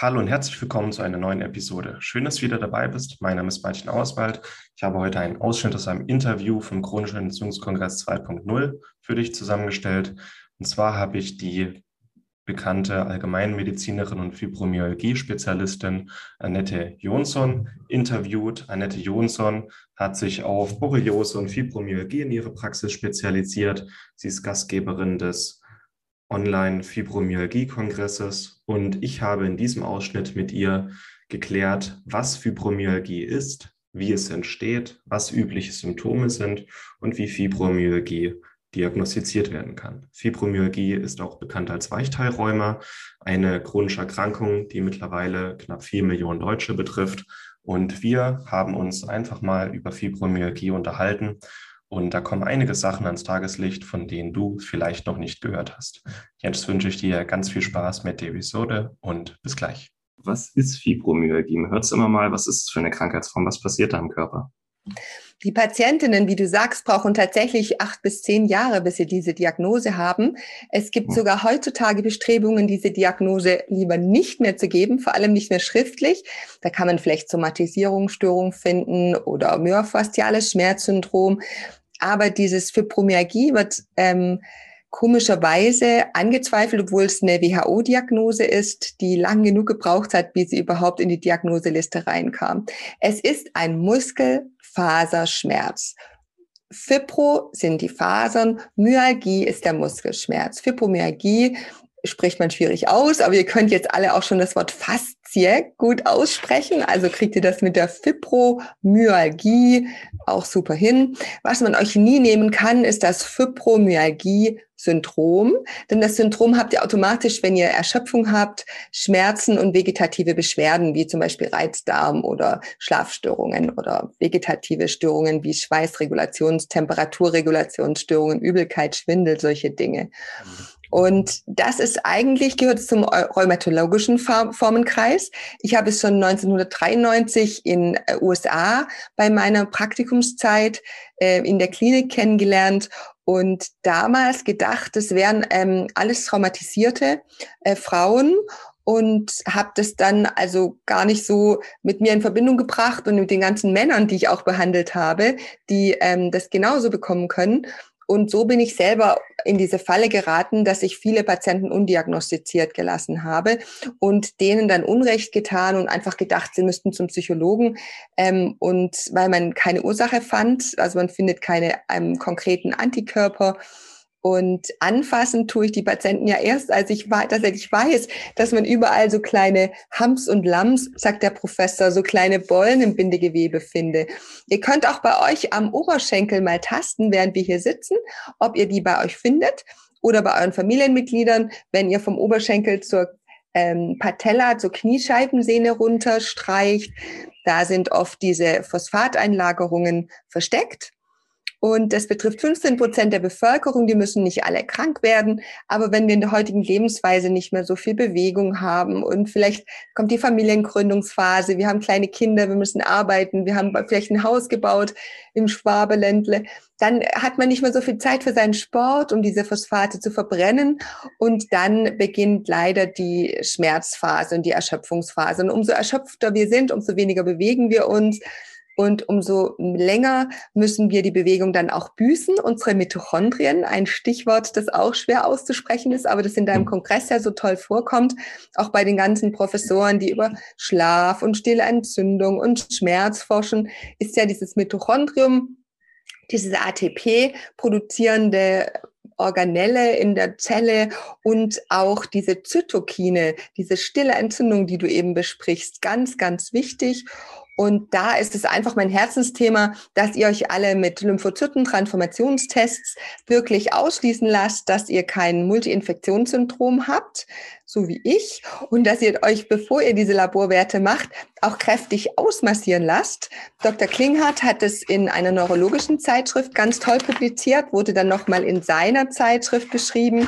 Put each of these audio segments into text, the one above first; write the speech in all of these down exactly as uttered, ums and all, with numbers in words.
Hallo und herzlich willkommen zu einer neuen Episode. Schön, dass du wieder dabei bist. Mein Name ist Martin Auswald. Ich habe heute einen Ausschnitt aus einem Interview vom Chronischen Entzündungskongress zwei Punkt null für dich zusammengestellt. Und zwar habe ich die bekannte Allgemeinmedizinerin und Fibromyalgie-Spezialistin Annette Jonsson interviewt. Annette Jonsson hat sich auf Borreliose und Fibromyalgie in ihrer Praxis spezialisiert. Sie ist Gastgeberin des Online-Fibromyalgie-Kongresses und ich habe in diesem Ausschnitt mit ihr geklärt, was Fibromyalgie ist, wie es entsteht, was übliche Symptome sind und wie Fibromyalgie diagnostiziert werden kann. Fibromyalgie ist auch bekannt als Weichteilrheuma, eine chronische Erkrankung, die mittlerweile knapp vier Millionen Deutsche betrifft. Und wir haben uns einfach mal über Fibromyalgie unterhalten. Und da kommen einige Sachen ans Tageslicht, von denen du vielleicht noch nicht gehört hast. Jetzt wünsche ich dir ganz viel Spaß mit der Episode und bis gleich. Was ist Fibromyalgie? Man hört es immer mal, was ist es für eine Krankheitsform? Was passiert da im Körper? Die Patientinnen, wie du sagst, brauchen tatsächlich acht bis zehn Jahre, bis sie diese Diagnose haben. Es gibt sogar heutzutage Bestrebungen, diese Diagnose lieber nicht mehr zu geben, vor allem nicht mehr schriftlich. Da kann man vielleicht Somatisierungsstörung finden oder myofasziales Schmerzsyndrom. Aber dieses Fibromyalgie wird ähm, komischerweise angezweifelt, obwohl es eine W H O-Diagnose ist, die lang genug gebraucht hat, bis sie überhaupt in die Diagnoseliste reinkam. Es ist ein Muskelfaserschmerz. Fibro sind die Fasern, Myalgie ist der Muskelschmerz. Fibromyalgie spricht man schwierig aus, aber ihr könnt jetzt alle auch schon das Wort Faszie gut aussprechen. Also kriegt ihr das mit der Fibromyalgie auch super hin. Was man euch nie nehmen kann, ist das Fibromyalgie-Syndrom. Denn das Syndrom habt ihr automatisch, wenn ihr Erschöpfung habt, Schmerzen und vegetative Beschwerden, wie zum Beispiel Reizdarm oder Schlafstörungen oder vegetative Störungen wie Schweißregulations-, Temperaturregulationsstörungen, Übelkeit, Schwindel, solche Dinge. Und das ist eigentlich, gehört zum rheumatologischen Formenkreis. Ich habe es schon neunzehnhundertdreiundneunzig in U S A bei meiner Praktikumszeit äh, in der Klinik kennengelernt und damals gedacht, es wären ähm, alles traumatisierte äh, Frauen und habe das dann also gar nicht so mit mir in Verbindung gebracht und mit den ganzen Männern, die ich auch behandelt habe, die ähm, das genauso bekommen können. Und so bin ich selber in diese Falle geraten, dass ich viele Patienten undiagnostiziert gelassen habe und denen dann Unrecht getan und einfach gedacht, sie müssten zum Psychologen. Ähm, und weil man keine Ursache fand, also man findet keine ähm, konkreten Antikörper. Und anfassen tue ich die Patienten ja erst, als ich tatsächlich weiß, dass man überall so kleine Humps und Lumps, sagt der Professor, so kleine Bollen im Bindegewebe finde. Ihr könnt auch bei euch am Oberschenkel mal tasten, während wir hier sitzen, ob ihr die bei euch findet oder bei euren Familienmitgliedern, wenn ihr vom Oberschenkel zur ähm, Patella, zur Kniescheibensehne runterstreicht. Da sind oft diese Phosphateinlagerungen versteckt. Und das betrifft fünfzehn Prozent der Bevölkerung, die müssen nicht alle krank werden. Aber wenn wir in der heutigen Lebensweise nicht mehr so viel Bewegung haben und vielleicht kommt die Familiengründungsphase, wir haben kleine Kinder, wir müssen arbeiten, wir haben vielleicht ein Haus gebaut im Schwabeländle, dann hat man nicht mehr so viel Zeit für seinen Sport, um diese Phosphate zu verbrennen. Und dann beginnt leider die Schmerzphase und die Erschöpfungsphase. Und umso erschöpfter wir sind, umso weniger bewegen wir uns. Und umso länger müssen wir die Bewegung dann auch büßen. Unsere Mitochondrien, ein Stichwort, das auch schwer auszusprechen ist, aber das in deinem Kongress ja so toll vorkommt, auch bei den ganzen Professoren, die über Schlaf und stille Entzündung und Schmerz forschen, ist ja dieses Mitochondrium, dieses A T P produzierende Organelle in der Zelle und auch diese Zytokine, diese stille Entzündung, die du eben besprichst, ganz, ganz wichtig. Und da ist es einfach mein Herzensthema, dass ihr euch alle mit Lymphozyten-Transformationstests wirklich ausschließen lasst, dass ihr kein Multi-Infektionssyndrom habt, so wie ich, und dass ihr euch, bevor ihr diese Laborwerte macht, auch kräftig ausmassieren lasst. Doktor Klinghardt hat es in einer neurologischen Zeitschrift ganz toll publiziert, wurde dann nochmal in seiner Zeitschrift beschrieben.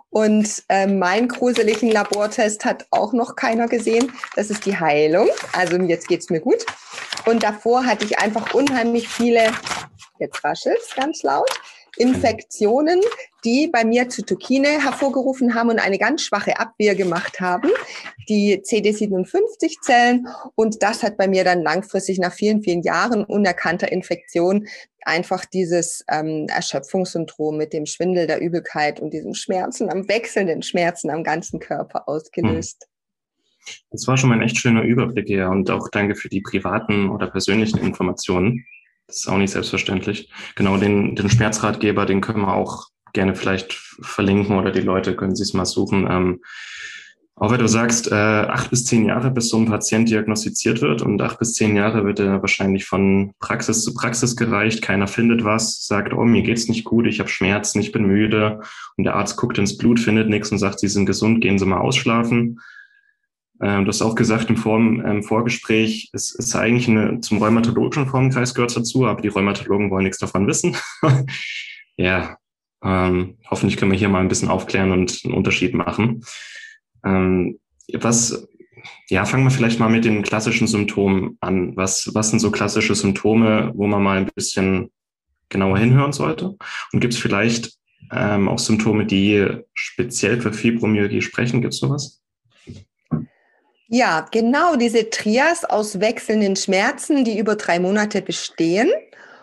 Und äh, meinen gruseligen Labortest hat auch noch keiner gesehen. Das ist die Heilung. Also jetzt geht's mir gut. Und davor hatte ich einfach unheimlich viele, jetzt raschelt's ganz laut, Infektionen, die bei mir Zytokine hervorgerufen haben und eine ganz schwache Abwehr gemacht haben, die C D siebenundfünfzig-Zellen. Und das hat bei mir dann langfristig nach vielen, vielen Jahren unerkannter Infektion einfach dieses ähm, Erschöpfungssyndrom mit dem Schwindel, der Übelkeit und diesem Schmerzen, am wechselnden Schmerzen am ganzen Körper ausgelöst. Das war schon mal ein echt schöner Überblick, ja. Und auch danke für die privaten oder persönlichen Informationen. Das ist auch nicht selbstverständlich. Genau, den, den Schmerzratgeber, den können wir auch gerne vielleicht verlinken oder die Leute können sich es mal suchen. Ähm, auch wenn du sagst, äh, acht bis zehn Jahre, bis so ein Patient diagnostiziert wird und acht bis zehn Jahre wird er wahrscheinlich von Praxis zu Praxis gereicht. Keiner findet was, sagt, oh, mir geht's nicht gut, ich habe Schmerzen, ich bin müde. Und der Arzt guckt ins Blut, findet nichts und sagt, Sie sind gesund, gehen Sie mal ausschlafen. Ähm, du hast auch gesagt im, Vor im Vorgespräch, es ist eigentlich eine, zum rheumatologischen Formenkreis gehört dazu, aber die Rheumatologen wollen nichts davon wissen. Ja, ähm, hoffentlich können wir hier mal ein bisschen aufklären und einen Unterschied machen. Ähm, was, ja, fangen wir vielleicht mal mit den klassischen Symptomen an. Was, was sind so klassische Symptome, wo man mal ein bisschen genauer hinhören sollte? Und gibt es vielleicht ähm, auch Symptome, die speziell für Fibromyalgie sprechen? Gibt es sowas? Ja, genau diese Trias aus wechselnden Schmerzen, die über drei Monate bestehen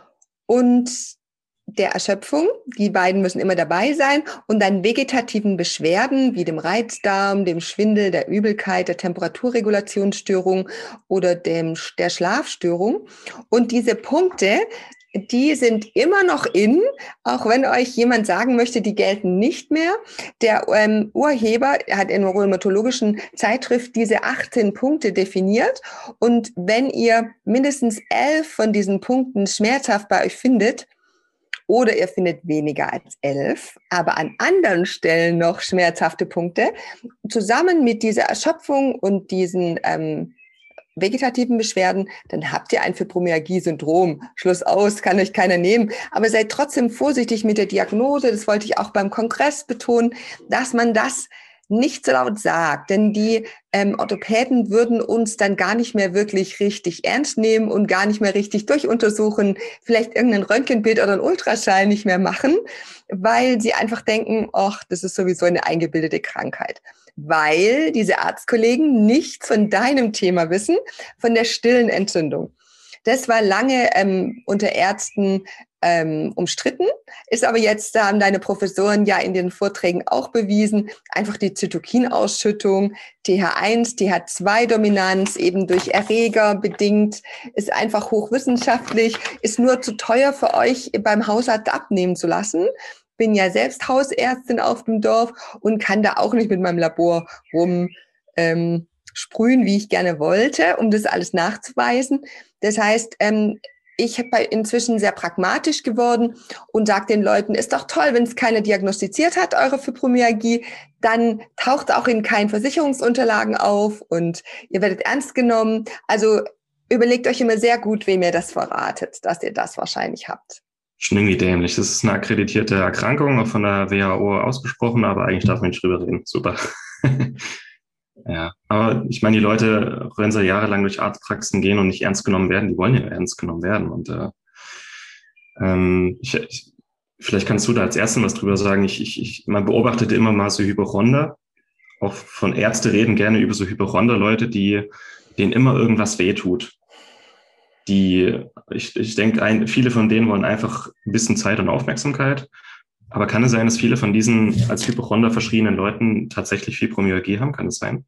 und der Erschöpfung, die beiden müssen immer dabei sein, und dann vegetativen Beschwerden wie dem Reizdarm, dem Schwindel, der Übelkeit, der Temperaturregulationsstörung oder dem, der Schlafstörung. Und diese Punkte, die sind immer noch in, auch wenn euch jemand sagen möchte, die gelten nicht mehr. Der ähm, Urheber hat in einer rheumatologischen Zeitschrift diese achtzehn Punkte definiert. Und wenn ihr mindestens elf von diesen Punkten schmerzhaft bei euch findet, oder ihr findet weniger als elf, aber an anderen Stellen noch schmerzhafte Punkte, zusammen mit dieser Erschöpfung und diesen ähm, vegetativen Beschwerden, dann habt ihr ein Fibromyalgie-Syndrom. Schluss aus, kann euch keiner nehmen. Aber seid trotzdem vorsichtig mit der Diagnose. Das wollte ich auch beim Kongress betonen, dass man das nicht so laut sagt, denn die ähm, Orthopäden würden uns dann gar nicht mehr wirklich richtig ernst nehmen und gar nicht mehr richtig durchuntersuchen, vielleicht irgendein Röntgenbild oder ein Ultraschall nicht mehr machen, weil sie einfach denken, ach, das ist sowieso eine eingebildete Krankheit. Weil diese Arztkollegen nichts von deinem Thema wissen, von der stillen Entzündung. Das war lange ähm, unter Ärzten ähm, umstritten, ist aber jetzt, da haben deine Professoren ja in den Vorträgen auch bewiesen, einfach die Zytokinausschüttung, T H eins, T H zwei Dominanz, eben durch Erreger bedingt, ist einfach hochwissenschaftlich, ist nur zu teuer für euch beim Hausarzt abnehmen zu lassen. Bin ja selbst Hausärztin auf dem Dorf und kann da auch nicht mit meinem Labor rum ähm, sprühen, wie ich gerne wollte, um das alles nachzuweisen. Das heißt, ähm, ich bin inzwischen sehr pragmatisch geworden und sage den Leuten, ist doch toll, wenn es keiner diagnostiziert hat, eure Fibromyalgie, dann taucht auch in keinen Versicherungsunterlagen auf und ihr werdet ernst genommen. Also überlegt euch immer sehr gut, wem ihr das verratet, dass ihr das wahrscheinlich habt. Schon irgendwie dämlich. Das ist eine akkreditierte Erkrankung, auch von der W H O ausgesprochen, aber eigentlich darf man nicht drüber reden. Super. Ja, aber ich meine, die Leute, wenn sie jahrelang durch Arztpraxen gehen und nicht ernst genommen werden, die wollen ja ernst genommen werden. Und äh, ähm, ich, ich, vielleicht kannst du da als Ärztin was drüber sagen. Ich, ich, ich, man beobachtete immer mal so Hypochonder. Auch von Ärzte reden gerne über so Hypochonder-Leute, die denen immer irgendwas wehtut. Die, ich, ich denke, ein, viele von denen wollen einfach ein bisschen Zeit und Aufmerksamkeit. Aber kann es sein, dass viele von diesen als Hypochonder verschriebenen Leuten tatsächlich Fibromyalgie haben? Kann es sein?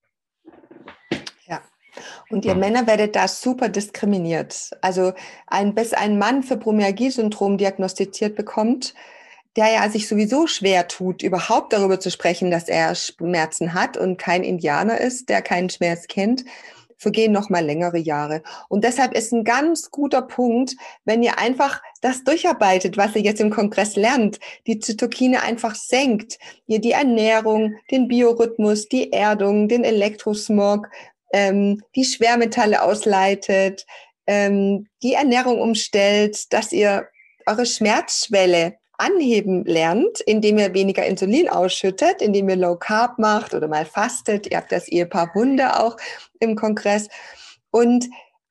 Ja. Und ihr ja. Männer werdet da super diskriminiert. Also ein, bis ein Mann Fibromyalgie-Syndrom diagnostiziert bekommt, der ja sich sowieso schwer tut, überhaupt darüber zu sprechen, dass er Schmerzen hat und kein Indianer ist, der keinen Schmerz kennt, vergehen noch mal längere Jahre. Und deshalb ist ein ganz guter Punkt, wenn ihr einfach das durcharbeitet, was ihr jetzt im Kongress lernt, die Zytokine einfach senkt, ihr die Ernährung, den Biorhythmus, die Erdung, den Elektrosmog, ähm, die Schwermetalle ausleitet, ähm, die Ernährung umstellt, dass ihr eure Schmerzschwelle anheben lernt, indem ihr weniger Insulin ausschüttet, indem ihr Low Carb macht oder mal fastet. Ihr habt das Ehepaar Wunder auch im Kongress. Und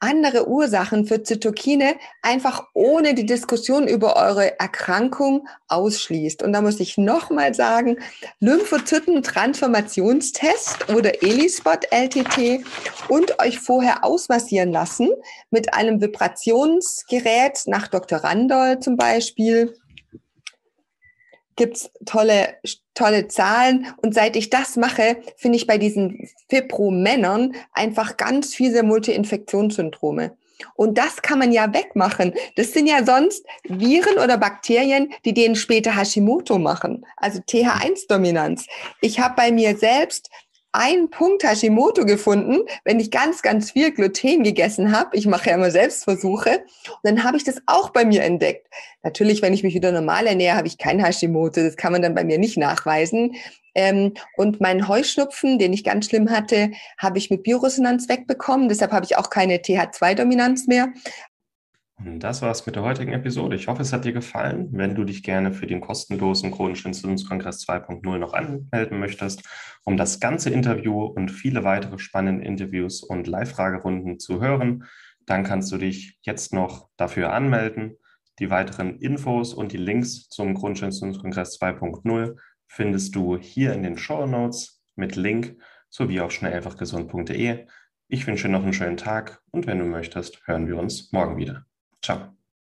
andere Ursachen für Zytokine einfach ohne die Diskussion über eure Erkrankung ausschließt. Und da muss ich nochmal sagen, Lymphozyten-Transformationstest oder ELISpot L T T und euch vorher ausmassieren lassen mit einem Vibrationsgerät nach Doktor Randol zum Beispiel. Gibt's tolle, tolle Zahlen. Und seit ich das mache, finde ich bei diesen Fibro-Männern einfach ganz viele Multi-Infektionssyndrome. Und das kann man ja wegmachen. Das sind ja sonst Viren oder Bakterien, die denen später Hashimoto machen, also T H eins Dominanz. Ich habe bei mir selbst einen Punkt Hashimoto gefunden, wenn ich ganz, ganz viel Gluten gegessen habe. Ich mache ja immer Selbstversuche. Und dann habe ich das auch bei mir entdeckt. Natürlich, wenn ich mich wieder normal ernähre, habe ich kein Hashimoto. Das kann man dann bei mir nicht nachweisen. Ähm, und meinen Heuschnupfen, den ich ganz schlimm hatte, habe ich mit Bioresonanz wegbekommen. Deshalb habe ich auch keine T H zwei Dominanz mehr. Und das war's mit der heutigen Episode. Ich hoffe, es hat dir gefallen. Wenn du dich gerne für den kostenlosen Chronischen Entzündungskongress zwei Punkt null noch anmelden möchtest, um das ganze Interview und viele weitere spannende Interviews und Live-Fragerunden zu hören, dann kannst du dich jetzt noch dafür anmelden. Die weiteren Infos und die Links zum Chronischen Entzündungskongress zwei Punkt null findest du hier in den Shownotes mit Link sowie auf schnell einfach gesund punkt de. Ich wünsche dir noch einen schönen Tag und wenn du möchtest, hören wir uns morgen wieder. Ciao.